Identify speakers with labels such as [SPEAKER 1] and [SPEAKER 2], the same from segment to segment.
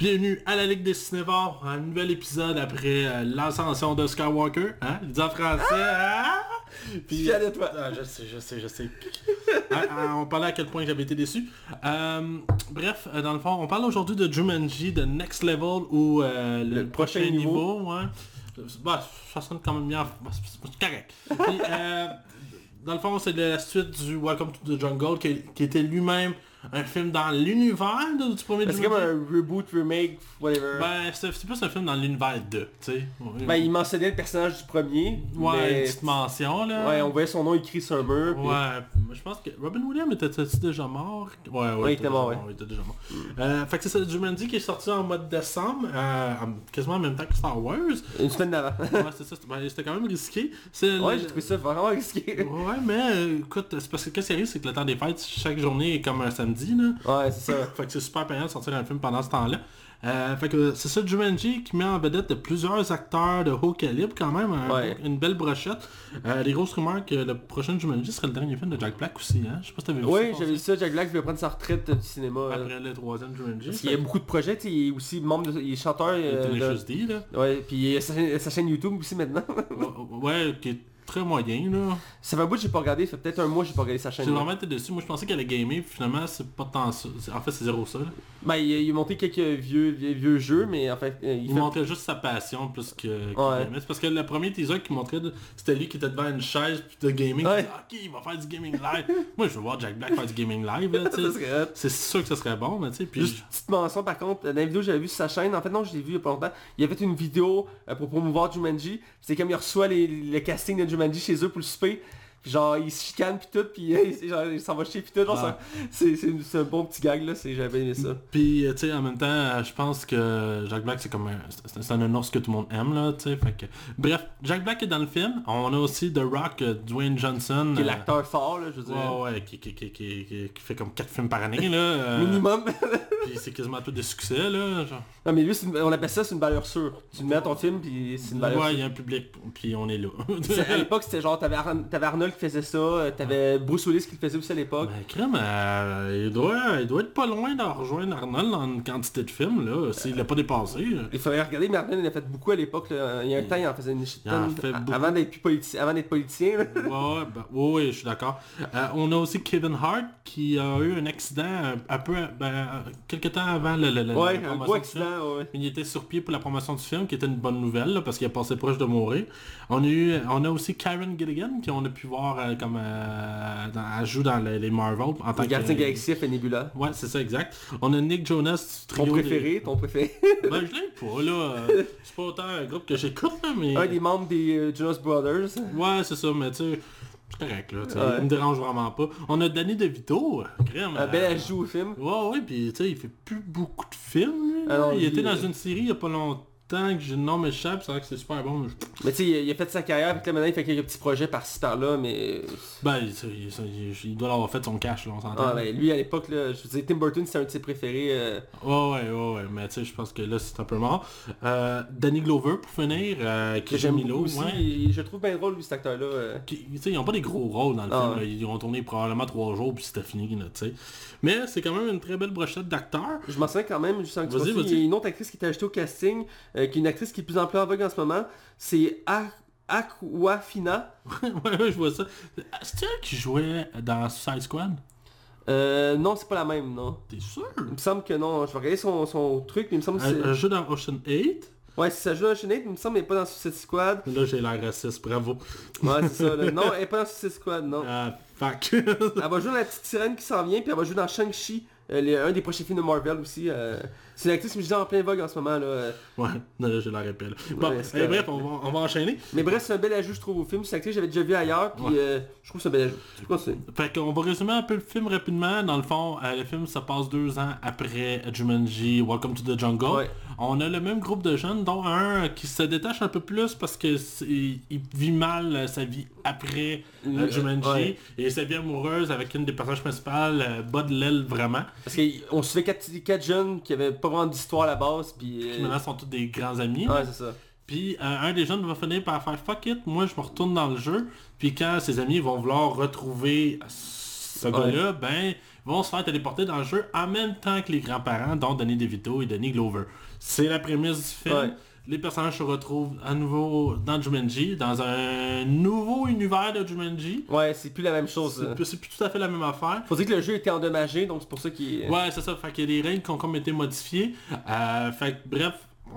[SPEAKER 1] Bienvenue à la Ligue des Cinévores, un nouvel épisode après l'ascension de Skywalker, hein? Il dit en français, hein?
[SPEAKER 2] Puis, fier de toi.
[SPEAKER 1] Ah, je sais. On parlait à quel point j'avais été déçu. Bref, dans le fond, on parle aujourd'hui de Jumanji, de Next Level, ou le prochain niveau. Ouais. Bah, ça sonne quand même bien, c'est correct. Puis, dans le fond, c'est la suite du Welcome to the Jungle, qui était lui-même un film dans l'univers du premier Jumanji.
[SPEAKER 2] C'est comme un reboot, remake, whatever.
[SPEAKER 1] Ben, c'est plus un film dans l'univers 2, tu sais.
[SPEAKER 2] Ben, il mentionnait le personnage du premier.
[SPEAKER 1] Ouais,
[SPEAKER 2] mais...
[SPEAKER 1] une petite mention, là.
[SPEAKER 2] Ouais, on voyait son nom écrit sur un mur. Puis...
[SPEAKER 1] Ouais, je pense que Robin Williams était déjà mort. Ouais,
[SPEAKER 2] il était mort, ouais.
[SPEAKER 1] Il était déjà mort. Fait que c'est ça, Jumanji qui est sorti en mois de décembre, quasiment en même temps que Star Wars.
[SPEAKER 2] Une semaine d'avant.
[SPEAKER 1] Ouais, c'est ça, c'était quand même risqué.
[SPEAKER 2] Ouais, j'ai trouvé ça vraiment risqué.
[SPEAKER 1] Ouais, mais écoute, c'est parce que ce qui arrive, c'est que le temps des fêtes, chaque journée est comme un samedi, là.
[SPEAKER 2] Ouais, c'est ça.
[SPEAKER 1] Fait que c'est super payant de sortir un film pendant ce temps-là. Fait que c'est ça, Jumanji qui met en vedette de plusieurs acteurs de haut calibre quand même, une belle brochette. Les grosses rumeurs que le prochain Jumanji serait le dernier film de Jack Black aussi, hein? Je sais pas si t'avais vu ça.
[SPEAKER 2] Oui, j'avais vu ça, Jack Black veut prendre sa retraite du cinéma.
[SPEAKER 1] Après le troisième Jumanji.
[SPEAKER 2] Parce qu'il y a beaucoup de projets, il est aussi membre il est chanteur.
[SPEAKER 1] Tenacious D, là.
[SPEAKER 2] Ouais, puis il y a sa chaîne YouTube aussi maintenant.
[SPEAKER 1] Ouais, qui est très moyen, là.
[SPEAKER 2] Ça fait un bout que j'ai pas regardé, ça fait peut-être un mois que j'ai pas regardé sa chaîne.
[SPEAKER 1] J'ai vraiment été dessus, moi je pensais qu'elle allait gamer, puis finalement c'est pas tant ça. En fait c'est zéro ça, là.
[SPEAKER 2] Ben il a monté quelques vieux jeux, mais en fait...
[SPEAKER 1] Il montrait juste sa passion plus que...
[SPEAKER 2] Ouais.
[SPEAKER 1] C'est parce que le premier teaser qu'il montrait, c'était lui qui était devant une chaise puis de gaming.
[SPEAKER 2] Ouais.
[SPEAKER 1] Il disait, ok, il va faire du gaming live. Moi je veux voir Jack Black faire du gaming live, là, tu sais. C'est sûr que ça serait bon, mais tu sais. Puis...
[SPEAKER 2] Juste une petite mention par contre, dans la vidéo que j'avais vue sur sa chaîne, en fait non je l'ai vu il y a pas longtemps, il a fait une vidéo pour promouvoir Jumanji, c'est comme il reçoit le casting de Jumanji chez eux pour le souper. Puis genre il se chicane pis tout, pis genre, il s'en va chier pis tout, genre c'est un bon petit gag là, j'avais aimé ça.
[SPEAKER 1] Puis tu sais en même temps je pense que Jack Black c'est comme c'est un ours que tout le monde aime là, tu sais, fait que... Bref, Jack Black est dans le film, on a aussi The Rock, Dwayne Johnson.
[SPEAKER 2] Qui est l'acteur fort là, je veux dire.
[SPEAKER 1] Ouais, qui fait comme 4 films par année là.
[SPEAKER 2] Minimum.
[SPEAKER 1] Puis c'est quasiment tout des succès là, genre.
[SPEAKER 2] Non mais lui on appelle ça c'est une valeur sûre. Tu le mets à ton film pis c'est une valeur sûre.
[SPEAKER 1] Ouais, il y a un public, puis on est là.
[SPEAKER 2] À l'époque c'était genre t'avais Arnold qui faisait ça, t'avais Bruce Willis qui le faisait aussi à l'époque.
[SPEAKER 1] Ben crème, il doit être pas loin de rejoindre Arnold dans une quantité de films là, s'il l'a pas dépassé.
[SPEAKER 2] Il fallait regarder, mais Arnold il a fait beaucoup à l'époque là. Il y a un temps il en faisait une tonne avant d'être politicien là.
[SPEAKER 1] Ouais, je suis d'accord. On a aussi Kevin Hart qui a eu un accident un peu quelques temps avant
[SPEAKER 2] ouais,
[SPEAKER 1] la
[SPEAKER 2] un gros accident, ouais.
[SPEAKER 1] Il était sur pied pour la promotion du film, qui était une bonne nouvelle là, parce qu'il a passé proche de mourir. On a aussi Karen Gilligan qui on a pu voir comme elle joue dans les Marvel en tant que
[SPEAKER 2] Gardien Galaxy et Nebula.
[SPEAKER 1] Ouais, c'est ça, exact. On a Nick Jonas,
[SPEAKER 2] ton préféré.
[SPEAKER 1] Ben je l'aime pas là. C'est pas autant un groupe que j'écoute là, mais...
[SPEAKER 2] Un des membres des Jonas Brothers.
[SPEAKER 1] Ouais, c'est ça, mais tu sais... C'est correct là, il me dérange vraiment pas. On a Danny DeVito, crème.
[SPEAKER 2] Un bel ajout au film.
[SPEAKER 1] Ouais, puis tu sais, il fait plus beaucoup de films. Alors, il était dans une série il y a pas longtemps que le nom m'échappe, c'est vrai que c'est super bon.
[SPEAKER 2] Mais tu sais, il a fait sa carrière, puis là maintenant il fait quelques petits projets par-ci par-là, mais...
[SPEAKER 1] Ben, il doit l'avoir fait son cash, là, on s'entend.
[SPEAKER 2] Ah ben, lui à l'époque, là, je veux dire, Tim Burton c'était un de ses préférés.
[SPEAKER 1] Ouais, mais tu sais, je pense que là c'est un peu mort. Danny Glover, pour finir,
[SPEAKER 2] que j'aime beaucoup aussi, ouais. Je trouve bien drôle lui cet acteur-là.
[SPEAKER 1] Tu sais, ils ont pas des gros rôles dans le film, là. Ils ont tourné probablement 3 jours, puis c'était fini, tu sais. Mais c'est quand même une très belle brochette d'acteurs.
[SPEAKER 2] Je m'en souviens quand même, juste en
[SPEAKER 1] vas-y.
[SPEAKER 2] Il y a une autre actrice qui était ajoutée au casting, qui est une actrice qui est plus en plus en vogue en ce moment, c'est Awkwafina.
[SPEAKER 1] Ouais, je vois ça. C'est elle qui jouait dans Suicide Squad?
[SPEAKER 2] Non, c'est pas la même, non.
[SPEAKER 1] T'es sûr?
[SPEAKER 2] Il me semble que non. Je vais regarder son truc, mais il me semble que c'est...
[SPEAKER 1] Elle joue dans Ocean 8?
[SPEAKER 2] Ouais, si ça joue dans Ocean 8, il me semble qu'elle est pas dans Suicide Squad.
[SPEAKER 1] Là, j'ai l'air raciste, bravo.
[SPEAKER 2] Ouais, c'est ça. Là. Non, elle est pas dans Suicide Squad, non.
[SPEAKER 1] Ah, fuck.
[SPEAKER 2] Elle va jouer dans la petite sirène qui s'en vient, puis elle va jouer dans Shang-Chi, un des prochains films de Marvel aussi. C'est une actrice qui me dit en plein vogue en ce moment là.
[SPEAKER 1] Ouais, là j'ai la répète. Bon, ouais, bref, on va enchaîner.
[SPEAKER 2] Mais bref, c'est un bel ajout je trouve au film. C'est une actrice que j'avais déjà vu ailleurs, puis je trouve que c'est un bel ajout. Tu peux continuer.
[SPEAKER 1] Fait qu'on va résumer un peu le film rapidement. Dans le fond, le film ça passe 2 ans après Jumanji, Welcome to the Jungle. Ouais. On a le même groupe de jeunes, dont un qui se détache un peu plus parce que il vit mal sa vie après Jumanji et sa vie amoureuse avec une des personnages principales bat de l'aile vraiment.
[SPEAKER 2] Parce qu'on se fait 4 jeunes qui avaient pas vraiment d'histoire à la base, puis
[SPEAKER 1] maintenant sont tous des grands amis.
[SPEAKER 2] Ouais, c'est ça.
[SPEAKER 1] Puis un des jeunes va finir par faire fuck it, moi je me retourne dans le jeu. Puis quand ses amis vont vouloir retrouver ce gars-là, ben vont se faire téléporter dans le jeu en même temps que les grands-parents, dont Danny DeVito et Danny Glover. C'est la prémisse du film.
[SPEAKER 2] Ouais.
[SPEAKER 1] Les personnages se retrouvent à nouveau dans Jumanji, dans un nouveau univers de Jumanji.
[SPEAKER 2] Ouais, c'est plus la même chose.
[SPEAKER 1] C'est plus tout à fait la même affaire.
[SPEAKER 2] Faut dire que le jeu était endommagé, donc c'est pour ça qu'il...
[SPEAKER 1] Ouais, c'est ça. Fait qu'il y a des règles qui ont comme été modifiées. Fait que, bref,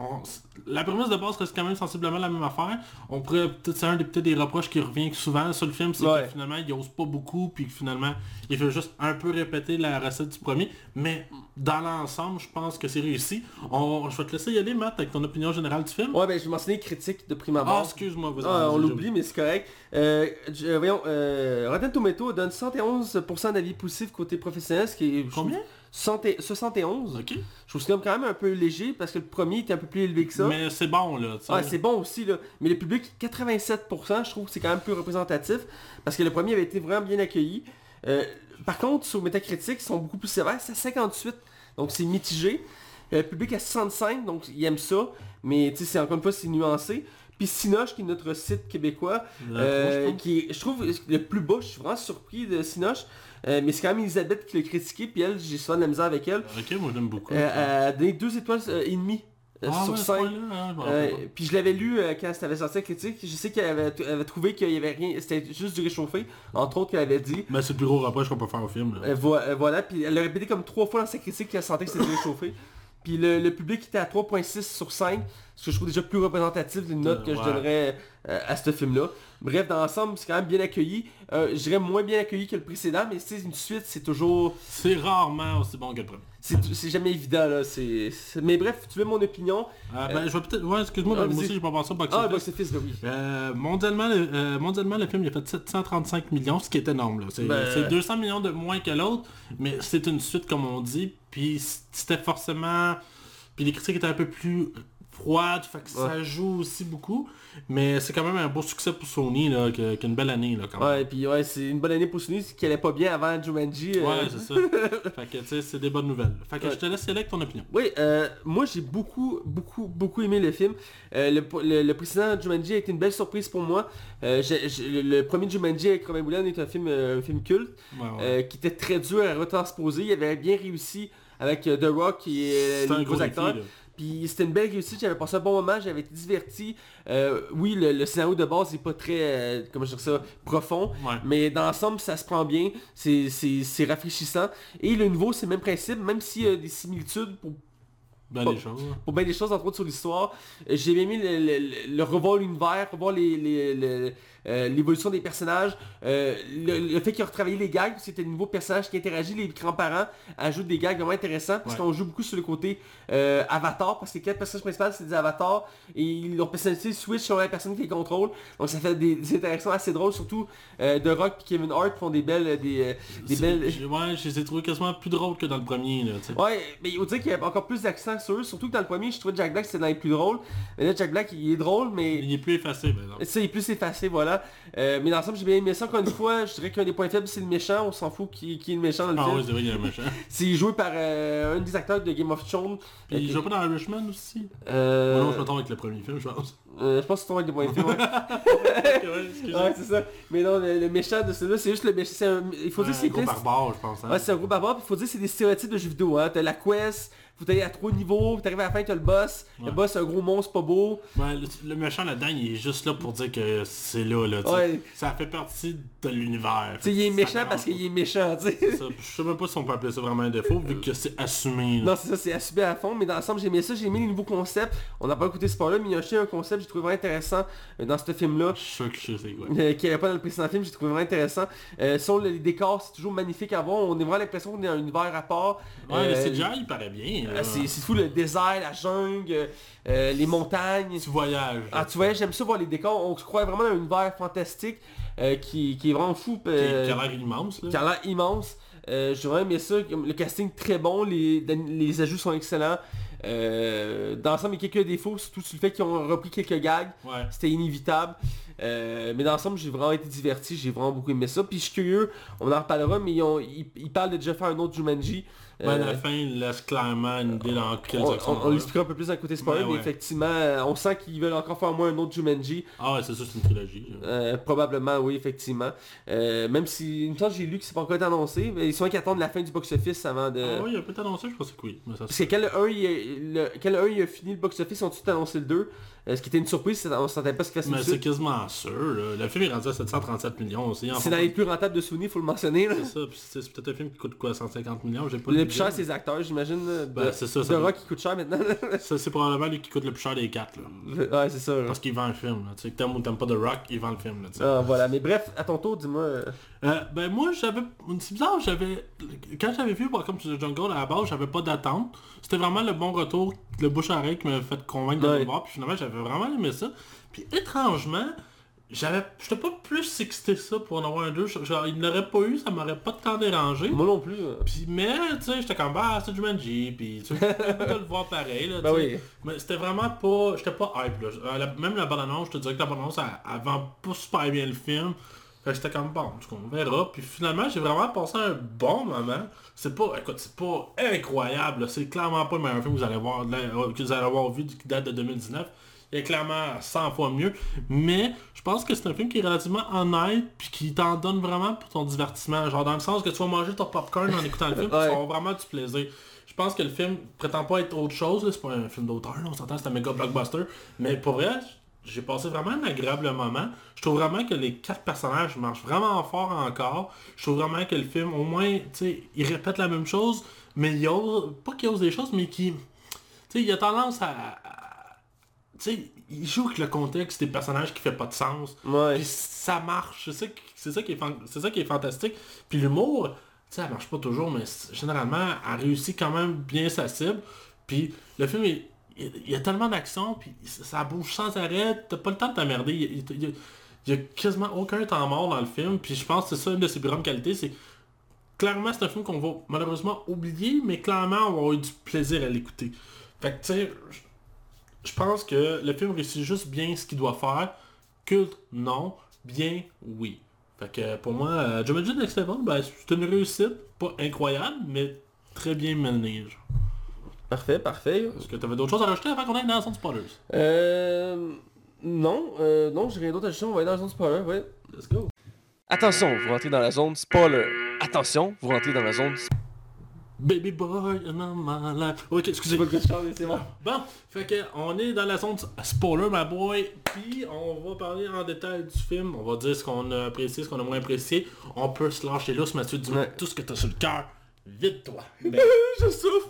[SPEAKER 1] la prémisse de base reste quand même sensiblement la même affaire. On pourrait peut-être, c'est peut-être des reproches qui reviennent souvent sur le film, c'est que finalement il ose pas beaucoup, puis que finalement il veut juste un peu répéter la recette du premier. Mais dans l'ensemble, je pense que c'est réussi. Je vais te laisser y aller, Matt, avec ton opinion générale du film.
[SPEAKER 2] Ouais, ben je vais mentionner critique de prime abord.
[SPEAKER 1] Ah, excuse-moi, vous
[SPEAKER 2] on l'oublie, mais c'est correct. Voyons, Rotten Tomato donne 71% d'avis positifs côté professionnel, ce qui est...
[SPEAKER 1] Combien
[SPEAKER 2] 71.
[SPEAKER 1] Ok.
[SPEAKER 2] Je trouve ça quand même un peu léger parce que le premier était un peu plus élevé que ça.
[SPEAKER 1] Mais c'est bon là.
[SPEAKER 2] Ouais, c'est bon aussi là. Mais le public, 87%, je trouve que c'est quand même plus représentatif parce que le premier avait été vraiment bien accueilli. Par contre, sur Metacritic, ils sont beaucoup plus sévères, c'est à 58. Donc c'est mitigé. Le public à 65, donc ils aiment ça. Mais tu sais, c'est encore une fois, c'est nuancé. Puis Cinoche, qui est notre site québécois, qui est, je trouve, le plus bas. Je suis vraiment surpris de Cinoche. Mais c'est quand même Elisabeth qui l'a critiqué, puis elle, j'ai souvent de la misère avec elle.
[SPEAKER 1] Ok, moi j'aime beaucoup.
[SPEAKER 2] Elle a donné 2 étoiles et demie sur 5. Puis je l'avais lu quand ça avait sorti la critique. Je sais qu'elle avait trouvé qu'il y avait rien, c'était juste du réchauffé, entre autres qu'elle avait dit.
[SPEAKER 1] Mais c'est le plus gros reproche qu'on peut faire au film.
[SPEAKER 2] Voilà, puis elle l'a répété comme 3 fois dans sa critique qu'elle sentait que c'était du réchauffé. Puis le public était à 3.6 sur 5, ce que je trouve déjà plus représentatif d'une note que je donnerais à ce film-là. Bref, dans l'ensemble, c'est quand même bien accueilli. Je dirais moins bien accueilli que le précédent, mais c'est une suite, c'est toujours...
[SPEAKER 1] C'est rarement aussi bon que le premier.
[SPEAKER 2] C'est jamais évident, là. Mais bref, tu veux mon opinion?
[SPEAKER 1] Je vais peut-être... Ouais, excuse-moi, moi aussi, j'ai pas pensé au box-office.
[SPEAKER 2] Box Office, ben oui.
[SPEAKER 1] Mondialement, le film, il a fait 735 millions, ce qui est énorme, là. C'est 200 millions de moins que l'autre, mais c'est une suite, comme on dit, puis c'était forcément... Puis les critiques étaient un peu plus froides, fait que ça joue aussi beaucoup. Mais c'est quand même un beau succès pour Sony, là, qu'une belle année, là, quand même.
[SPEAKER 2] Ouais, puis c'est une bonne année pour Sony, qui allait pas bien avant Jumanji.
[SPEAKER 1] Ouais, c'est ça. Fait que, tu sais, c'est des bonnes nouvelles. Fait que je te laisse y aller avec ton opinion.
[SPEAKER 2] Oui, moi j'ai beaucoup aimé le film. Le précédent Jumanji a été une belle surprise pour moi. Le premier Jumanji avec Robin Williams est un film culte, qui était très dur à retransposer. Il avait bien réussi avec The Rock qui est le gros acteur. Puis c'était une belle réussite, j'avais passé un bon moment, j'avais été diverti. Oui, le scénario de base n'est pas très, comment je dirais ça, profond. Mais dans l'ensemble, ça se prend bien, c'est rafraîchissant. Et le nouveau, c'est le même principe, même s'il y a des similitudes pour bien des choses, entre autres sur l'histoire. J'ai bien aimé le revoir l'univers, revoir l'évolution des personnages, le fait qu'ils ont retravaillé les gags, parce que c'était de nouveaux personnages qui interagissent, les grands-parents ajoutent des gags vraiment intéressants, parce qu'on joue beaucoup sur le côté avatar, parce que les 4 personnages principaux c'est des avatars, et leur personnalité switch sur la personne qui les contrôle, donc ça fait des interactions assez drôles, surtout The Rock et Kevin Hart font des belles...
[SPEAKER 1] Ouais, je les ai trouvés quasiment plus drôles que dans le premier, là, t'sais.
[SPEAKER 2] Ouais, mais il faut dire qu'il y a encore plus d'accent sur eux, surtout que dans le premier, je trouvais Jack Black c'était dans les plus drôles, mais là Jack Black il est drôle, mais...
[SPEAKER 1] Il est plus effacé, par exemple.
[SPEAKER 2] Ça, il est plus effacé, voilà. Mais dans l'ensemble, j'ai bien aimé ça. Encore une fois, je dirais qu'un des points faibles, c'est le méchant. On s'en fout qui est le méchant dans le film.
[SPEAKER 1] Ah oui, c'est vrai qu'il y a un méchant.
[SPEAKER 2] C'est joué par un des acteurs de Game of Thrones.
[SPEAKER 1] Puis il joue pas dans Irishman aussi? Non, je me trompe avec le premier film, je pense.
[SPEAKER 2] Je pense que c'est ton avec des points faibles, ouais, c'est ça. Mais non, le méchant de celui-là, c'est juste le méchant. Il faut dire que c'est
[SPEAKER 1] un gros barbare, je pense. Hein.
[SPEAKER 2] Ouais, c'est un gros barbare. Puis il faut dire que c'est des stéréotypes de jeux vidéo. Hein. T'as la quest, faut t'aller à 3 niveaux, t'arrives à la fin, t'as le boss. Le boss, c'est un gros monstre pas beau.
[SPEAKER 1] Ouais, le méchant là-dedans, il est juste là pour dire que c'est là. Ça fait partie de l'univers.
[SPEAKER 2] Tu sais, il est méchant parce qu'il est méchant, tu sais.
[SPEAKER 1] Je sais même pas si on peut appeler ça vraiment un défaut, vu que c'est assumé.
[SPEAKER 2] Non, c'est ça, c'est assumé à fond. Mais dans l'ensemble, j'ai aimé ça, j'ai aimé les nouveaux concepts. On n'a pas écouté ce part-là, mais il y a aussi un concept que j'ai trouvé vraiment intéressant dans ce film-là.
[SPEAKER 1] Je suis sûr que je sais quoi.
[SPEAKER 2] Qu'il n'y avait pas dans le précédent film, j'ai trouvé vraiment intéressant. Les décors, c'est toujours magnifique à voir. On a vraiment l'impression qu'on est dans un univers à part.
[SPEAKER 1] Ouais, le CGI, il paraît bien.
[SPEAKER 2] C'est fou, le désert, la jungle, les montagnes.
[SPEAKER 1] Tu voyages.
[SPEAKER 2] Tu voyages, j'aime ça voir les décors. On se croit vraiment dans un univers fantastique qui est vraiment fou.
[SPEAKER 1] Qui a l'air immense. Là.
[SPEAKER 2] Qui a l'air immense. J'ai vraiment aimé ça. Le casting très bon, les ajouts sont excellents. Dans l'ensemble, il y a quelques défauts, surtout sur le fait qu'ils ont repris quelques gags.
[SPEAKER 1] Ouais.
[SPEAKER 2] C'était inévitable. Mais dans l'ensemble, j'ai vraiment été diverti, j'ai vraiment beaucoup aimé ça. Puis je suis curieux, on en reparlera, mais ils parlent de déjà faire un autre Jumanji.
[SPEAKER 1] À la fin, il laisse clairement une idée dans quelle direction
[SPEAKER 2] on l'expliquera un peu plus d'un côté spoiler, mais effectivement, on sent qu'ils veulent encore faire moins un autre Jumanji.
[SPEAKER 1] Ah ouais, c'est ça, c'est une trilogie.
[SPEAKER 2] Probablement, oui, effectivement. Même si, une fois j'ai lu que c'est pas encore été annoncé, mais ils sont qui attendent la fin du box-office avant de...
[SPEAKER 1] Ah oui, il a peut-être annoncé, je pense que oui.
[SPEAKER 2] Parce que quand le 1 il a fini le box-office, ils ont tout annoncé le 2. Ce qui était une surprise, on s'attendait pas ce qu'il fasse
[SPEAKER 1] mais c'est quasiment sûr, là. Le film est rendu à 737 millions aussi.
[SPEAKER 2] C'est dans les plus rentables de Sony, faut le mentionner.
[SPEAKER 1] C'est ça, puis c'est peut-être un film qui coûte quoi, 150 millions, j'ai pas
[SPEAKER 2] le plus cher c'est les acteurs, j'imagine.
[SPEAKER 1] C'est ça.
[SPEAKER 2] The Rock qui coûte cher maintenant.
[SPEAKER 1] Ça c'est probablement lui qui coûte le plus cher des 4 là.
[SPEAKER 2] Ouais, c'est ça. Là.
[SPEAKER 1] Parce qu'il vend le film, là. Tu sais, que t'aimes ou t'aimes pas The Rock, il vend le film, là,
[SPEAKER 2] ah, voilà, mais bref, à ton tour, dis-moi...
[SPEAKER 1] ben moi j'avais... C'est bizarre, quand j'avais vu Welcome to the Jungle à la base, j'avais pas d'attente. C'était vraiment le bon retour, le bouche à oreille qui m'a fait convaincre de le voir, puis finalement j'avais vraiment aimé ça. Puis étrangement, j'étais pas plus excité ça pour en avoir un 2. Genre, il n'aurait pas eu, ça m'aurait pas tant dérangé.
[SPEAKER 2] Moi non plus.
[SPEAKER 1] Puis, mais, tu sais, j'étais comme, bah, c'est Jumanji, puis tu sais, de le voir pareil, là,
[SPEAKER 2] ben oui.
[SPEAKER 1] Mais c'était vraiment pas, j'étais pas hype, là. Même la bande-annonce, je te dirais que la bande-annonce, elle vend pas super bien le film. Fait que j'étais comme, bon, en tout cas, on verra. Puis finalement, j'ai vraiment passé un bon moment. C'est pas incroyable, là. C'est clairement pas le meilleur film que vous allez avoir vu qui date de 2019. Il est clairement 100 fois mieux, mais je pense que c'est un film qui est relativement honnête puis qui t'en donne vraiment pour ton divertissement, genre dans le sens que tu vas manger ton popcorn en écoutant le film, tu vas avoir vraiment du plaisir. Je pense que le film prétend pas être autre chose, là. C'est pas un film d'auteur, on s'entend, c'est un méga blockbuster, mais pour vrai, j'ai passé vraiment un agréable moment. Je trouve vraiment que les 4 personnages marchent vraiment fort encore. Je trouve vraiment que le film, au moins, tu sais, il répète la même chose, mais il ose, pas qu'il ose des choses, mais qui, tu sais, il a tendance à tu sais, il joue avec le contexte des personnages qui fait pas de sens.
[SPEAKER 2] Ouais.
[SPEAKER 1] Puis ça marche. C'est ça qui est fantastique. Puis l'humour, tu sais, elle marche pas toujours, mais généralement, elle réussit quand même bien sa cible. Puis le film, il y a tellement d'action, puis ça bouge sans arrêt. T'as pas le temps de t'emmerder. Il y a quasiment aucun temps mort dans le film. Puis je pense que c'est ça une de ses plus grandes qualités. C'est clairement, c'est un film qu'on va malheureusement oublier, mais clairement, on va avoir eu du plaisir à l'écouter. Fait que tu sais... Je pense que le film réussit juste bien ce qu'il doit faire. Culte, non. Bien, oui. Fait que pour moi, Jumanji Next Level, ben, c'est une réussite. Pas incroyable, mais très bien menée.
[SPEAKER 2] Parfait.
[SPEAKER 1] Est-ce que tu avais d'autres choses à rajouter avant qu'on aille dans la zone spoilers?
[SPEAKER 2] Non, j'ai rien d'autre à ajouter. On va aller dans la zone spoiler, ouais.
[SPEAKER 1] Let's go.
[SPEAKER 2] Attention, vous rentrez dans la zone spoiler. Attention, vous rentrez dans la zone
[SPEAKER 1] Baby boy, in my life. Ok, excusez.
[SPEAKER 2] C'est bon.
[SPEAKER 1] Bon, fait que on est dans la zone spoiler, my boy. Puis on va parler en détail du film. On va dire ce qu'on a apprécié, ce qu'on a moins apprécié. On peut se lâcher là, Mathieu, dis-moi tout ce que t'as sur le cœur. Vite toi. Ben...
[SPEAKER 2] Je souffre.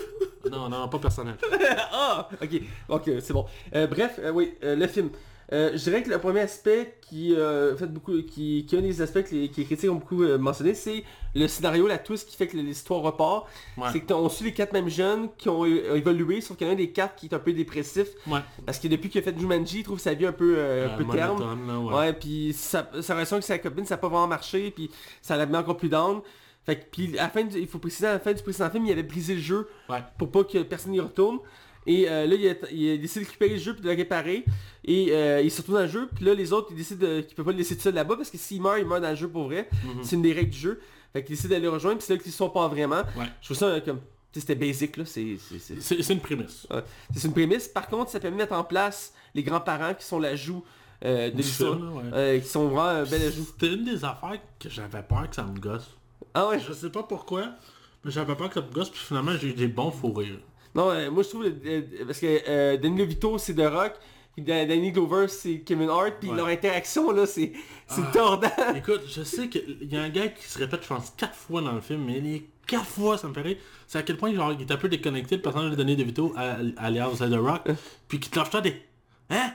[SPEAKER 1] Non, pas personnel.
[SPEAKER 2] Ah, ok, c'est bon. Bref, oui, le film. Je dirais que le premier aspect qui fait beaucoup, qui est un des aspects que les critiques ont beaucoup mentionné, c'est le scénario, la twist qui fait que l'histoire repart. Ouais. C'est qu'on suit les 4 mêmes jeunes qui ont évolué, sauf qu'il y en a un des 4 qui est un peu dépressif. Ouais. Parce que depuis qu'il a fait Jumanji, il trouve sa vie un peu terne. Ouais, puis sa relation avec sa copine, ça n'a pas vraiment marché, puis ça l'a mis encore plus down. Fait que, puis à la fin, il faut préciser, à la fin du précédent film, il avait brisé le jeu pour pas que personne y retourne. Et là, il a décidé de récupérer le jeu puis de le réparer. Et il se retourne dans le jeu. Puis là, les autres, ils décident qu'ils peuvent pas le laisser tout seul là-bas. Parce que s'il meurt, il meurt dans le jeu pour vrai. C'est une des règles du jeu. Fait qu'ils décident d'aller le rejoindre. Puis c'est là qu'ils sont pas vraiment. Ouais. Je trouve ça comme... C'était basic là. C'est
[SPEAKER 1] une prémisse.
[SPEAKER 2] Ouais. C'est une prémisse. Par contre, ça permet de mettre en place les grands-parents qui sont l'ajout de l'histoire. Qui sont vraiment bel ajout.
[SPEAKER 1] C'était une des affaires que j'avais peur que ça me gosse.
[SPEAKER 2] Ah ouais?
[SPEAKER 1] Je sais pas pourquoi. Mais j'avais peur que ça me gosse. Puis finalement, j'ai eu des bons fous rires.
[SPEAKER 2] Non, moi je trouve, parce que Danny DeVito c'est The Rock, puis Danny Glover c'est Kevin Hart, puis leur interaction là c'est tordant.
[SPEAKER 1] Écoute, je sais qu'il y a un gars qui se répète je pense 4 fois dans le film, mais les 4 fois ça me fait rire. C'est à quel point genre, il est un peu déconnecté le personnage de Danny DeVito alias The Rock, puis qui te lâche toi des... Hein?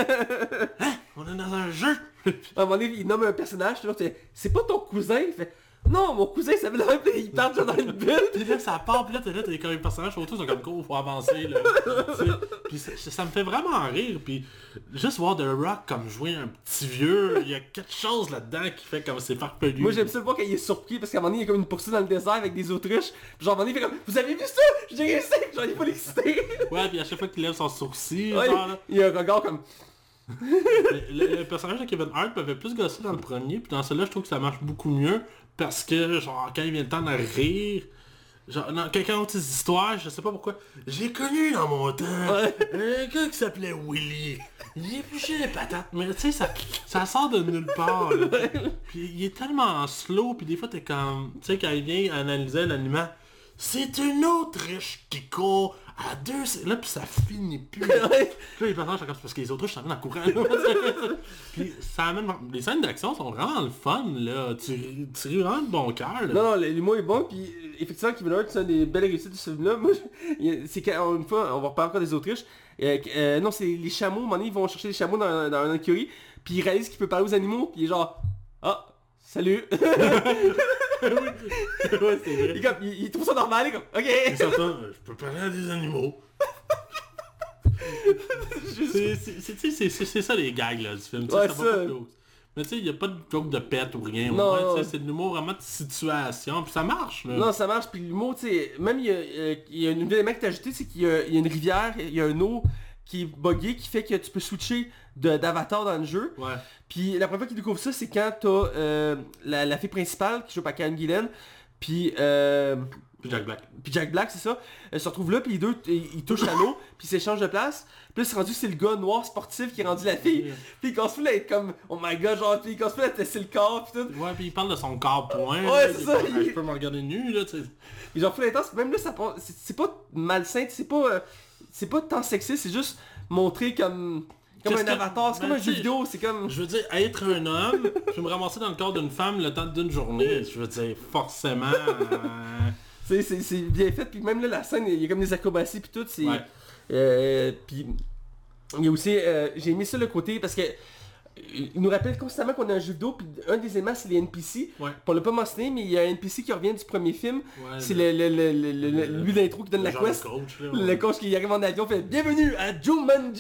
[SPEAKER 1] Hein? On est dans un jeu!
[SPEAKER 2] À un moment donné, il nomme un personnage, c'est pas ton cousin, il fait... Non, mon cousin, ça veut dire il part dans une bulle.
[SPEAKER 1] Puis là, ça part, puis là, t'as comme les personnages autour, ils sont comme cool, faut avancer, là. Puis ça me fait vraiment rire, puis juste voir The Rock comme jouer un petit vieux, il y a quelque chose là-dedans qui fait comme c'est farfelu.
[SPEAKER 2] Moi, j'aime ça le voir quand il est surpris, parce qu'à un moment donné, il y a comme une poursuite dans le désert avec des autruches, puis genre, à un moment donné, il fait comme, vous avez vu ça? J'ai réussi! Genre, il est pas l'excité.
[SPEAKER 1] Ouais, puis à chaque fois qu'il lève son sourcil,
[SPEAKER 2] ouais,
[SPEAKER 1] genre, là.
[SPEAKER 2] Il y a un regard comme...
[SPEAKER 1] Le personnage de Kevin Hart m'avait plus gossé dans le premier, puis dans celui-là, je trouve que ça marche beaucoup mieux, parce que, genre, quand il vient le temps de rire, genre, non, quelqu'un autre ses histoires, je sais pas pourquoi, j'ai connu dans mon temps un gars qui s'appelait Willy, il épluchait les patates, mais tu sais, ça sort de nulle part, là. Puis il est tellement slow, puis des fois t'es comme, tu sais, quand il vient analyser l'aliment, c'est une Autriche qui court à deux... Là, puis ça finit plus. Puis là, les personnages sont comme, c'est parce que les Autriches s'amènent en courant. Là. Puis ça amène... Les scènes d'action sont vraiment le fun, là. Tu ris vraiment de bon cœur, là.
[SPEAKER 2] Non, l'humour est bon, puis effectivement, Kevin Hart, c'est une des belles réussites de ce film-là. Moi, c'est qu'une fois, on va reparler encore des Autriches. Non, c'est les chameaux, à un moment donné, ils vont chercher les chameaux dans un écurie, puis ils réalisent qu'il peut parler aux animaux, puis il est genre, ah, salut.
[SPEAKER 1] Ouais, c'est vrai.
[SPEAKER 2] Il trouve ça normal, il est comme, ok.
[SPEAKER 1] Et certains, je peux parler à des animaux. C'est ça les gags là, du film.
[SPEAKER 2] Ouais,
[SPEAKER 1] ça.
[SPEAKER 2] ça.
[SPEAKER 1] Mais tu sais, il n'y a pas de joke de pète ou rien.
[SPEAKER 2] Non,
[SPEAKER 1] ouais,
[SPEAKER 2] non.
[SPEAKER 1] c'est de l'humour vraiment de situation, puis ça marche. Là.
[SPEAKER 2] Non, ça marche, puis l'humour, tu sais, même il y a un nouvel élément qui est ajouté, c'est qu'il y a une rivière, il y a un eau qui est buggé, qui fait que tu peux switcher d'avatar dans le jeu.
[SPEAKER 1] Ouais.
[SPEAKER 2] Puis la première fois qu'ils découvrent ça, c'est quand t'as la fille principale qui joue par Karen Gillan, puis
[SPEAKER 1] Puis Jack Black.
[SPEAKER 2] Puis Jack Black, c'est ça. Elle se retrouve là, puis les deux, ils touchent à l'eau, puis ils s'échangent de place. Puis là, c'est rendu, c'est le gars noir sportif qui est rendu la fille. Puis il commence à être comme, oh my god, genre, puis il commence à tester le corps, puis tout.
[SPEAKER 1] Ouais, puis il parle de son corps point.
[SPEAKER 2] Ouais,
[SPEAKER 1] là,
[SPEAKER 2] c'est ça.
[SPEAKER 1] Je peux me regarder nu, là, tu sais.
[SPEAKER 2] Et genre, full intense, même là, c'est pas malsain, c'est pas tant sexiste, c'est juste montré comme un avatar, c'est comme un jeu vidéo, c'est comme...
[SPEAKER 1] Je veux dire, être un homme, je vais me ramasser dans le corps d'une femme le temps d'une journée. Je veux dire, forcément...
[SPEAKER 2] C'est bien fait, puis même là, la scène, il y a comme des acrobaties, puis tout, c'est...
[SPEAKER 1] Ouais.
[SPEAKER 2] Puis il y a aussi... j'ai mis ça le côté, parce que... Il nous rappelle constamment qu'on a un jeu vidéo, puis un des éléments, c'est les NPC.
[SPEAKER 1] Ouais.
[SPEAKER 2] On l'a pas mentionné, mais il y a un NPC qui revient du premier film.
[SPEAKER 1] Ouais,
[SPEAKER 2] c'est lui l'intro qui donne la quest. Le coach qui arrive en avion fait « Bienvenue à Jumanji !»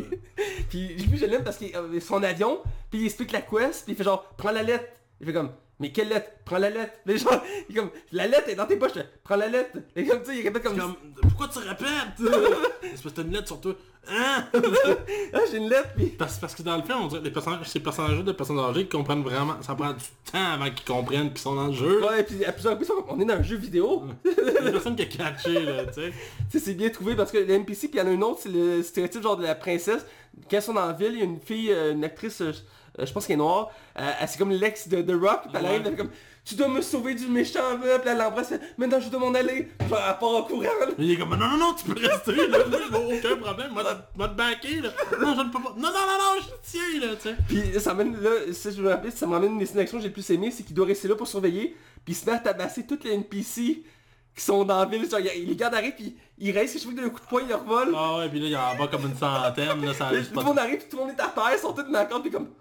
[SPEAKER 2] Puis je l'aime parce qu'il a son avion, puis il explique la quest, puis il fait genre « Prends la lettre !» Il fait comme « Mais quelle lettre? Prends la lettre! » Mais genre, il est comme « La lettre est dans tes poches! Prends la lettre! » Et comme ça, il répète comme...
[SPEAKER 1] Pourquoi tu répètes? C'est parce que t'as une lettre sur toi. Hein?
[SPEAKER 2] Ah, j'ai une lettre, puis...
[SPEAKER 1] Parce que dans le film, on dirait que ces personnages de personnes âgées qui comprennent vraiment... Ça prend du temps avant qu'ils comprennent qu'ils sont dans le jeu.
[SPEAKER 2] Ouais, puis à plusieurs reprises, on est dans un jeu vidéo.
[SPEAKER 1] Il y a personne qui a catché, là, tu sais.
[SPEAKER 2] Tu sais, c'est bien trouvé parce que les NPC, puis il y en a une autre, c'est le stéréotype genre de la princesse. Quand ils sont dans la ville, il y a une fille, une actrice, je pense qu'elle est noire, c'est comme l'ex de The Rock, puis elle arrive, elle fait comme « Tu dois me sauver du méchant, puis elle l'embrasse, elle fait « Maintenant je dois m'en aller !» Genre, elle part en courant, là.
[SPEAKER 1] Mais il est comme non, tu peux rester, là, aucun problème, moi te backer, là. Non, je ne peux pas. Non, je tiens, là, tu sais.
[SPEAKER 2] Puis ça m'amène, là, ça je me rappelle, ça m'amène une des scènes d'action que j'ai le plus aimé, c'est qu'il doit rester là pour surveiller, puis il se met à tabasser toutes les NPC qui sont dans la ville, genre, il les garde arrive, puis il reste, je sais pas, d'un coup de poing, il revole.
[SPEAKER 1] Ah ouais, puis là, il y en a comme une centaine, là, ça arrive
[SPEAKER 2] Tout le monde arrive, puis tout le monde est à terre, ils sont tous d'accord, puis comme...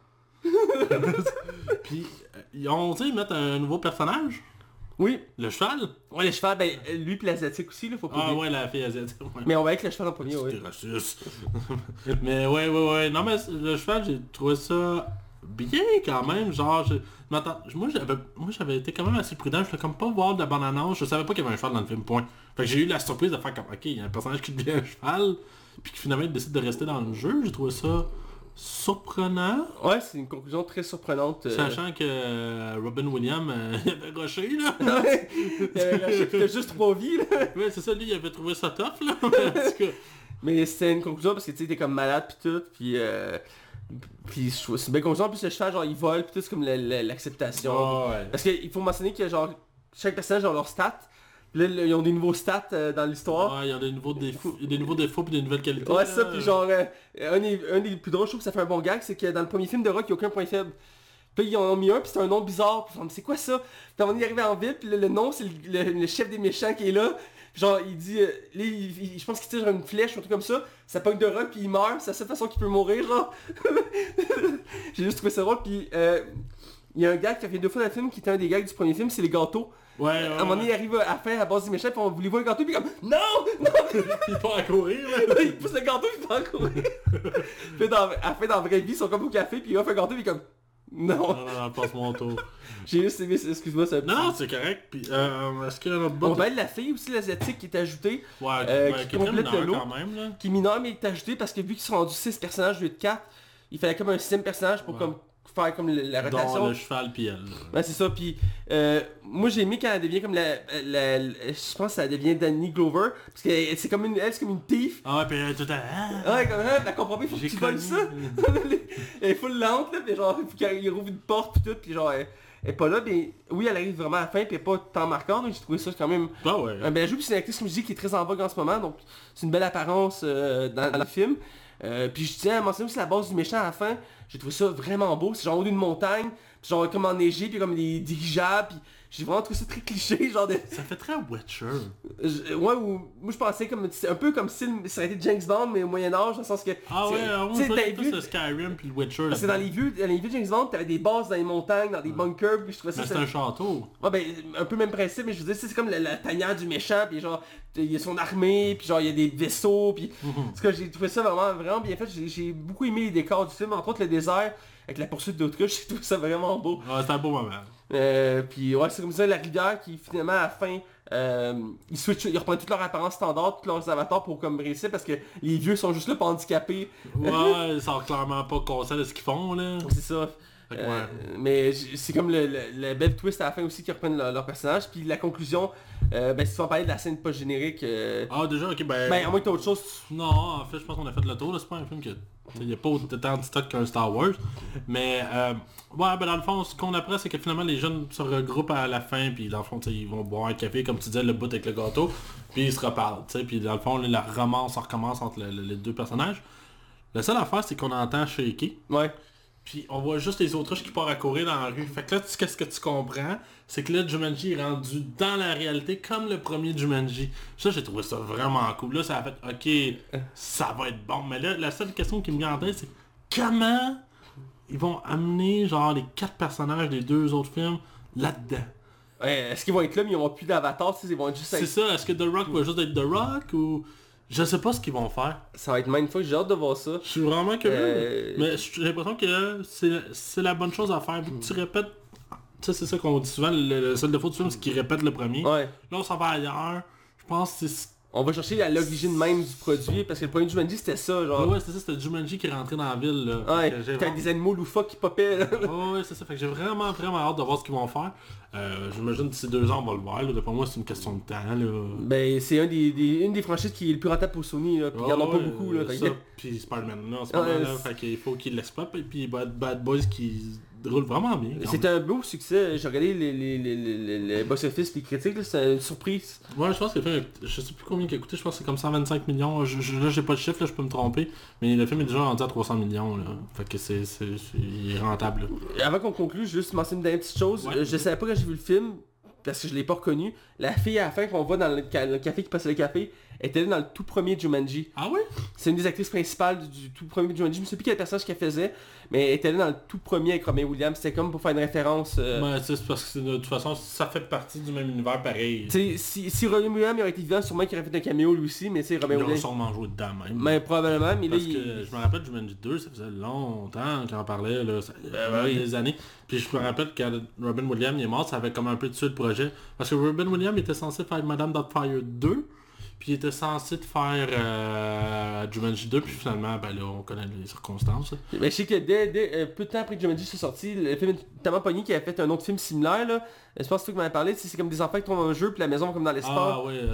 [SPEAKER 1] Puis, ils ont dit mettre un nouveau personnage.
[SPEAKER 2] Oui.
[SPEAKER 1] Le cheval.
[SPEAKER 2] Ouais, le cheval, ben, lui puis l'asiatique aussi, là, faut pas oublier.
[SPEAKER 1] Ouais, la fille asiatique. Ouais.
[SPEAKER 2] Mais on va avec le cheval en premier, oui.
[SPEAKER 1] C'était raciste. Mais ouais. Non, mais le cheval, j'ai trouvé ça bien quand même. Genre, moi j'avais été quand même assez prudent. Je voulais comme pas voir de la bande-annonce. Je savais pas qu'il y avait un cheval dans le film, point. Fait que j'ai eu la surprise de faire comme, ok, il y a un personnage qui devient un cheval. Puis qui finalement il décide de rester dans le jeu. J'ai trouvé ça surprenant.
[SPEAKER 2] Ouais, c'est une conclusion très surprenante.
[SPEAKER 1] Sachant que Robin Williams, il avait rushé, là.
[SPEAKER 2] Ouais, il avait rushé, puis t'as juste 3 vies, là.
[SPEAKER 1] Ouais, c'est ça, lui, il avait trouvé ça tough, là. Mais, en tout cas...
[SPEAKER 2] Mais c'était une conclusion parce que tu sais, t'es comme malade pis tout, puis c'est une belle conclusion. En plus, le cheval, genre, il vole pis tout, c'est comme l'acceptation.
[SPEAKER 1] Oh, ouais.
[SPEAKER 2] Parce qu'il faut mentionner que, genre, chaque personnage a leur stats. Là, ils ont des nouveaux stats dans l'histoire.
[SPEAKER 1] Ouais, il y a des nouveaux défauts, et des nouvelles qualités.
[SPEAKER 2] Ouais,
[SPEAKER 1] là.
[SPEAKER 2] ça, puis genre, un des plus drôles, je trouve que ça fait un bon gag, c'est que dans le premier film de Rock, il n'y a aucun point faible. Puis ils en ont mis un, puis c'est un nom bizarre, puis c'est quoi ça? Puis on est arrivé en ville, puis le nom, c'est le chef des méchants qui est là. Puis genre, il dit, je pense qu'il tire une flèche ou un truc comme ça pogne de Rock, puis il meurt, c'est la seule façon qu'il peut mourir, genre. J'ai juste trouvé ça drôle, puis il y a un gag qui a fait 2 fois dans le film, qui était un des gags du premier film, c'est les gâteaux.
[SPEAKER 1] Ouais,
[SPEAKER 2] à un moment donné, il arrive à la fin, à base des méchants, puis on voulait voir un gâteau, puis comme non.
[SPEAKER 1] Il part à courir, là.
[SPEAKER 2] Il pousse le gâteau, puis il part à courir. Puis à la fin, dans la vraie vie, ils sont comme au café, puis il offre un gâteau, puis comme non.
[SPEAKER 1] Non, passe mon tour.
[SPEAKER 2] J'ai juste aimé, excuse-moi, ça.
[SPEAKER 1] Non, c'est correct. Puis, est-ce qu'il y a un autre bot?
[SPEAKER 2] On va de la fille aussi, l'asiatique, qui est ajoutée.
[SPEAKER 1] Ouais,
[SPEAKER 2] qui
[SPEAKER 1] est
[SPEAKER 2] complète
[SPEAKER 1] mineur
[SPEAKER 2] le lot.
[SPEAKER 1] quand même, là.
[SPEAKER 2] Qui est mineur, mais est ajoutée parce que vu qu'ils sont rendus 6 personnages au lieu de 4, il fallait comme un 6e personnage pour comme faire comme la rotation.
[SPEAKER 1] Dans le cheval puis elle.
[SPEAKER 2] Ouais, c'est ça, puis moi j'ai aimé quand elle devient comme je pense que ça devient Danny Glover, parce que c'est comme une thief.
[SPEAKER 1] Ah ouais, puis elle est tout à...
[SPEAKER 2] Ouais, comme elle comprend pas, il faut que tu voles ça. Elle est full lente là, puis genre, il faut qu'il rouvre une porte puis tout, puis genre, elle est pas là, mais oui, elle arrive vraiment à la fin, puis elle est pas tant marquante, donc j'ai trouvé ça quand même un bel jeu, puis c'est une actrice, comme je dis, qui est très en vogue en ce moment, donc c'est une belle apparence dans le film. Puis je tiens à mentionner aussi la base du méchant à la fin. J'ai trouvé ça vraiment beau. C'est genre au haut d'une montagne, puis genre comme enneigé, puis comme des dirigeables, puis j'ai vraiment trouvé ça très cliché, genre de...
[SPEAKER 1] Ça fait très Witcher.
[SPEAKER 2] Ouais, moi je pensais comme... C'est un peu comme si ça aurait été James Bond, mais au Moyen-Âge, dans le sens que...
[SPEAKER 1] Ah ouais,
[SPEAKER 2] tu sais, t'as vu...
[SPEAKER 1] le Skyrim puis le Witcher.
[SPEAKER 2] Parce que dans les vieux James Bond, t'avais des bases dans les montagnes, dans des bunkers, puis je trouvais ça...
[SPEAKER 1] Mais c'est un château.
[SPEAKER 2] Ouais, ben, un peu même principe, mais je veux dire, c'est comme la tanière du méchant, puis genre, il y a son armée, puis genre, il y a des vaisseaux, puis... En tout cas, j'ai trouvé ça vraiment bien fait. J'ai beaucoup aimé les décors du film, entre autres le désert, avec la poursuite d'autruche, j'ai trouvé ça vraiment beau.
[SPEAKER 1] Ouais, c'est un beau moment.
[SPEAKER 2] Puis ouais, c'est comme ça, la rivière qui finalement à la fin, ils reprennent toute leur apparence standard, tous leurs avatars pour comme réussir, parce que les vieux sont juste là pour handicapés.
[SPEAKER 1] Ouais, ils sont clairement pas conscients de ce qu'ils font là.
[SPEAKER 2] C'est ça. Mais c'est comme le bel twist à la fin aussi qui reprennent leur personnage. Puis la conclusion, ben si tu vas parler de la scène post-générique...
[SPEAKER 1] Ah déjà, ok,
[SPEAKER 2] ben à moins que t'as autre chose...
[SPEAKER 1] Non, en fait je pense qu'on a fait le tour, là. C'est pas un film que... Il n'y a pas autant de stock qu'un Star Wars. Mais ouais, ben dans le fond, ce qu'on apprend, c'est que finalement les jeunes se regroupent à la fin, puis dans le fond, ils vont boire un café, comme tu disais, le bout avec le gâteau, puis ils se reparlent, puis dans le fond, la romance recommence entre les deux personnages. La seule affaire, c'est qu'on entend shaker.
[SPEAKER 2] Ouais.
[SPEAKER 1] Puis on voit juste les autruches qui partent à courir dans la rue. Fait que là, qu'est-ce que tu comprends? C'est que là, Jumanji est rendu dans la réalité comme le premier Jumanji. Ça, j'ai trouvé ça vraiment cool. Là, ça a fait, ok, ça va être bon. Mais là, la seule question qui me vient en tête, c'est comment ils vont amener genre les 4 personnages des 2 autres films là-dedans?
[SPEAKER 2] Ouais, est-ce qu'ils vont être là, mais ils n'auront plus d'avatar, ils vont juste être...
[SPEAKER 1] C'est ça, est-ce que The Rock va juste être The Rock ou... Je sais pas ce qu'ils vont faire.
[SPEAKER 2] Ça va être mindfuck, j'ai hâte de voir ça.
[SPEAKER 1] Je suis vraiment curieux. Mais j'ai l'impression que c'est la bonne chose à faire. Vu que tu répètes... Tu sais, c'est ça qu'on dit souvent, le seul défaut du film, c'est qu'il répète le premier.
[SPEAKER 2] Ouais.
[SPEAKER 1] Là, on s'en va ailleurs. Je pense que c'est...
[SPEAKER 2] On va chercher l'origine même du produit, parce que le premier Jumanji, c'était ça, genre...
[SPEAKER 1] Ouais, c'était ça, c'était Jumanji qui est rentré dans la ville, là.
[SPEAKER 2] Ouais, t'as des animaux loufoques qui popaient, là.
[SPEAKER 1] Ouais, c'est ça. Fait que j'ai vraiment hâte de voir ce qu'ils vont faire. J'imagine que d'ici 2 ans, on va le voir, là. D'après moi, c'est une question de temps, là.
[SPEAKER 2] Ben, c'est une des franchises qui est le plus rentable pour Sony, là. Puis il y en a pas beaucoup, là.
[SPEAKER 1] Ça, puis Spider-Man, là, en ce moment-là. Fait qu'il faut qu'ils l'exploitent. Et puis Bad Boys qui roule vraiment bien.
[SPEAKER 2] C'est un beau succès. J'ai regardé les box-office, les critiques, là, c'est une surprise.
[SPEAKER 1] Ouais, je pense que le film, je sais plus combien il a coûté, je pense que c'est comme 125 millions. Là, j'ai pas le chiffre, là, je peux me tromper. Mais le film est déjà rendu à 300 millions, là. Fait que il est rentable, là.
[SPEAKER 2] Avant qu'on conclue, je vais juste mentionner une dernière petite chose. Ouais. Je savais pas quand j'ai vu le film, parce que je l'ai pas reconnu. La fille à la fin qu'on voit dans le café qui passe le café, était dans le tout premier Jumanji.
[SPEAKER 1] Ah ouais?
[SPEAKER 2] C'est une des actrices principales du tout premier Jumanji. Je ne sais plus quel personnage qu'elle faisait, mais elle était là dans le tout premier avec Robin Williams. C'était comme pour faire une référence.
[SPEAKER 1] Ouais, c'est parce que de toute façon, ça fait partie du même univers pareil.
[SPEAKER 2] Si Robin Williams aurait été vivant, sûrement qu'il aurait fait un caméo lui aussi, mais c'est Robin Williams.
[SPEAKER 1] Ils ont sûrement joué dedans même.
[SPEAKER 2] Mais probablement, mais
[SPEAKER 1] parce que je me rappelle Jumanji 2, ça faisait longtemps qu'on en parlait, là, des années. Puis je me rappelle que Robin Williams il est mort, ça avait comme un peu tué le projet. Parce que Robin Williams était censé faire Madame Doubtfire 2. Puis il était censé de faire Jumanji 2, puis finalement, ben là, on connaît les circonstances.
[SPEAKER 2] Mais je sais que dès peu de temps après que Jumanji soit sorti, le film est tellement pogné qu'il a fait un autre film similaire, là. Je pense que tu m'en as parlé, c'est comme des enfants qui tombent dans un jeu, puis la maison comme dans l'espace.
[SPEAKER 1] Ah ouais,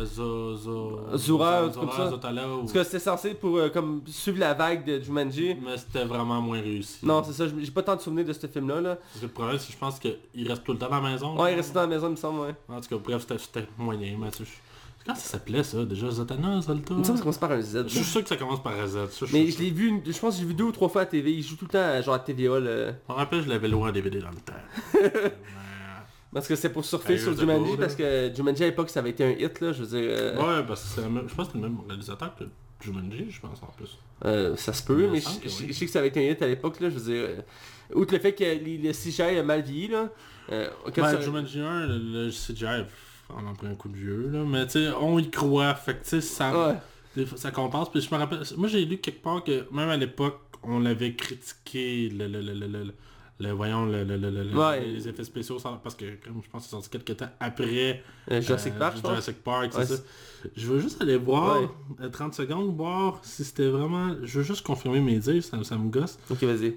[SPEAKER 2] Zora, comme ça.
[SPEAKER 1] Zotala,
[SPEAKER 2] parce que c'était censé pour comme suivre la vague de Jumanji.
[SPEAKER 1] Mais c'était vraiment moins réussi.
[SPEAKER 2] Non, c'est ça, j'ai pas tant de souvenirs de ce film-là. Là.
[SPEAKER 1] Parce que le problème, c'est que je pense qu'il reste tout le temps dans la maison.
[SPEAKER 2] Ouais, il reste dans la maison, il me semble, ouais.
[SPEAKER 1] En tout cas, bref, c'était moyen, Mathieu. Comment ça s'appelait ça déjà? Zatanna, Zolta?
[SPEAKER 2] Il me semble que ça commence par un Z.
[SPEAKER 1] Je suis sûr que ça commence par un Z.
[SPEAKER 2] Mais je l'ai vu, je pense que j'ai vu 2 ou 3 fois à la TV. Il joue tout le temps genre à TVA. Là.
[SPEAKER 1] Je me rappelle, je l'avais loué en DVD dans le temps.
[SPEAKER 2] Parce que c'est pour surfer sur Jumanji, parce que Jumanji à l'époque ça avait été un hit là, je veux dire...
[SPEAKER 1] Ouais, parce que c'est le même, je pense que c'est le même réalisateur que Jumanji, je pense en plus.
[SPEAKER 2] Ça se peut, mais je sais que ça avait été un hit à l'époque là, je veux dire... outre le fait que le CGI a mal vieilli là...
[SPEAKER 1] Jumanji 1, le CGI on en prend un coup de vieux là, mais tu sais, on y croit, fait que tu sais, ça compense, puis je me rappelle, moi j'ai lu quelque part que même à l'époque, on l'avait critiqué, voyons,
[SPEAKER 2] Ouais.
[SPEAKER 1] les effets spéciaux, parce que comme je pense que c'est sorti quelques temps après
[SPEAKER 2] Jurassic Park, je pense.
[SPEAKER 1] Jurassic Park, c'est
[SPEAKER 2] Ouais,
[SPEAKER 1] ça. Je veux juste aller voir,
[SPEAKER 2] Ouais.
[SPEAKER 1] 30 secondes, voir si c'était vraiment... Je veux juste confirmer mes dires, ça me gosse.
[SPEAKER 2] Ok, vas-y.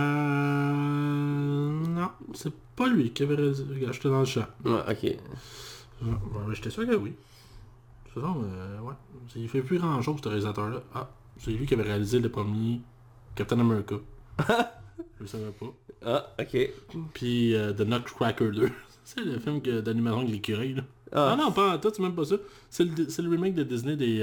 [SPEAKER 1] Non, c'est pas lui qui avait réalisé. Regarde, j'étais dans le chat.
[SPEAKER 2] Ouais, ok.
[SPEAKER 1] Ouais, j'étais sûr que oui. C'est ça, ouais. Il fait plus grand chose, ce réalisateur-là. Ah, c'est lui qui avait réalisé le premier Captain America. Je le savais pas.
[SPEAKER 2] Ah, ok.
[SPEAKER 1] Puis The Nutcracker 2. C'est le film d'animation avec l'écureuil, là.
[SPEAKER 2] Ah.
[SPEAKER 1] Non, pas toi, c'est même pas ça. C'est le remake de Disney des...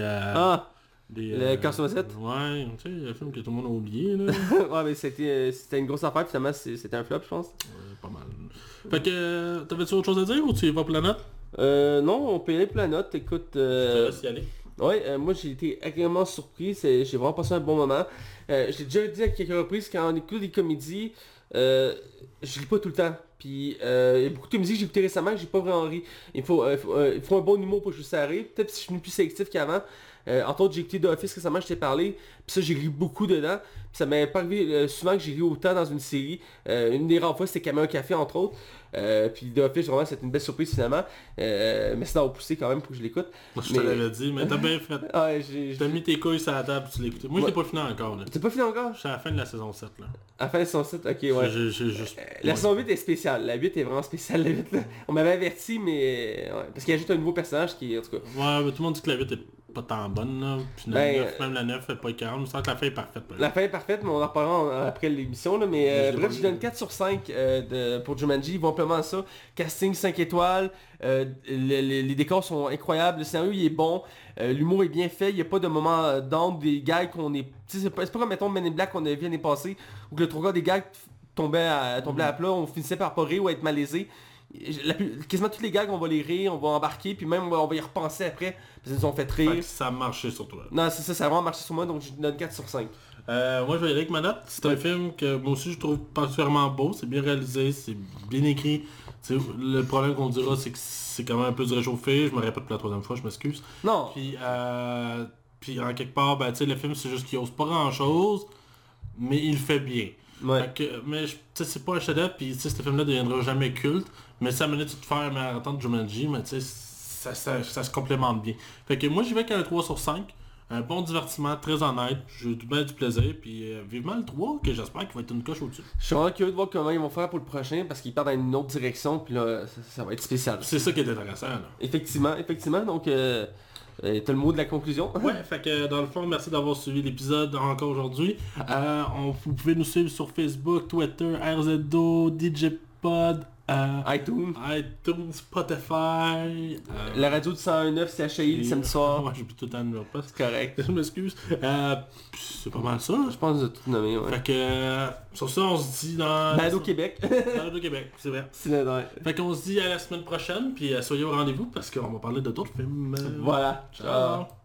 [SPEAKER 2] Le Casse-Noisette.
[SPEAKER 1] Ouais, tu sais, le film que tout le monde a oublié, là.
[SPEAKER 2] Ouais, mais c'était une grosse affaire, finalement, c'était un flop, je pense.
[SPEAKER 1] Pas mal. Fait que, t'avais-tu autre chose à dire ou tu y vas pour la note?
[SPEAKER 2] Non, on peut y aller pour la note, écoute...
[SPEAKER 1] Je te laisse y aller.
[SPEAKER 2] Ouais, moi j'ai été agréablement surpris, j'ai vraiment passé un bon moment. J'ai déjà dit à quelques reprises, quand on écoute des comédies, je lis pas tout le temps. Puis il y a beaucoup de comédies que j'ai écoutées récemment que j'ai pas vraiment ri. Il faut un bon humour pour que je puisse rire. Peut-être si je suis plus sélectif qu'avant. Entre autres, j'ai écouté The Office récemment, je t'ai parlé. Puis ça, j'ai ri beaucoup dedans. Puis ça m'est pas arrivé souvent que j'ai ri autant dans une série. Une des rares fois, c'était Caméra Café, entre autres. Puis The Office, vraiment, c'était une belle surprise finalement. Mais ça va pousser quand même pour que je l'écoute.
[SPEAKER 1] Moi, je te l'avais dit, mais t'as bien fait. T'as mis tes couilles sur la table et tu l'as écouté. Moi, je l'ai pas fini encore, là.
[SPEAKER 2] T'as pas fini encore?
[SPEAKER 1] Je suis à la fin de la saison 7, là.
[SPEAKER 2] À la fin de son site, ok, ouais. La saison 8 est spéciale. La 8 est vraiment spéciale, la 8, là. On m'avait averti, mais... Ouais, parce qu'il ajoute un nouveau personnage qui, en tout cas...
[SPEAKER 1] Ouais, mais tout le monde dit que la 8 est pas tant bonne, là. Puis même la 9 est pas 40. Je sens que la fin est parfaite. Là.
[SPEAKER 2] La fin est parfaite, mais on en reparlera après l'émission, là. Mais bref, je donne 4 sur 5 pour Jumanji. Ils vont simplement ça. Casting 5 étoiles. Les décors sont incroyables. Le scénario, il est bon. L'humour est bien fait. Il n'y a pas de moment d'ombre. Des gags qu'on est... C'est pas comme, mettons, Men in Black qu'on a vu l'année passée, où le 3 quarts des gags tombaient à plat. On finissait par pas rire ou être malaisé. Quasiment tous les gags, on va les rire, on va embarquer, puis même on va y repenser après, parce qu'ils nous ont fait rire.
[SPEAKER 1] Ça a marché sur toi.
[SPEAKER 2] Non, c'est ça, ça a vraiment marché sur moi, donc je donne 4 sur 5.
[SPEAKER 1] Moi je vais y aller avec ma note. C'est un film que moi aussi je trouve particulièrement beau, c'est bien réalisé, c'est bien écrit. T'sais, le problème qu'on dira c'est que c'est quand même un peu du réchauffé, je me répète pour la troisième fois, je m'excuse.
[SPEAKER 2] Non.
[SPEAKER 1] Puis en quelque part, ben, le film c'est juste qu'il ose pas grand chose, mais il fait bien.
[SPEAKER 2] Ouais.
[SPEAKER 1] Mais c'est pas un chef-d'œuvre, puis ce film-là deviendra jamais culte, mais ça m'a de faire un marathon de Jumanji, mais ça se complémente bien. Fait que moi j'y vais avec un 3 sur 5, un bon divertissement, très honnête, j'ai eu bien du plaisir, puis vivement le 3, que j'espère qu'il va être une coche au-dessus.
[SPEAKER 2] Je suis vraiment curieux de voir comment ils vont faire pour le prochain, parce qu'ils partent dans une autre direction, puis là, ça va être spécial.
[SPEAKER 1] C'est ça qui est intéressant, là.
[SPEAKER 2] Effectivement, donc... t'as le mot de la conclusion?
[SPEAKER 1] Ouais, fait que dans le fond, merci d'avoir suivi l'épisode encore aujourd'hui. Vous pouvez nous suivre sur Facebook, Twitter, RZO, DJpod,
[SPEAKER 2] iTunes,
[SPEAKER 1] Spotify.
[SPEAKER 2] la radio du 101.9 CHI le samedi soir.
[SPEAKER 1] Ouais, j'oublie tout le temps de numéro de poste.
[SPEAKER 2] C'est correct.
[SPEAKER 1] Je m'excuse. C'est pas mal ça.
[SPEAKER 2] Je pense de tout nommer, ouais.
[SPEAKER 1] Fait que sur ça, on se dit dans...
[SPEAKER 2] Balado Québec.
[SPEAKER 1] Balado Québec, c'est vrai.
[SPEAKER 2] Ouais.
[SPEAKER 1] Fait qu'on se dit à la semaine prochaine, puis soyez au rendez-vous parce qu'on va parler de d'autres films.
[SPEAKER 2] Voilà.
[SPEAKER 1] Ciao.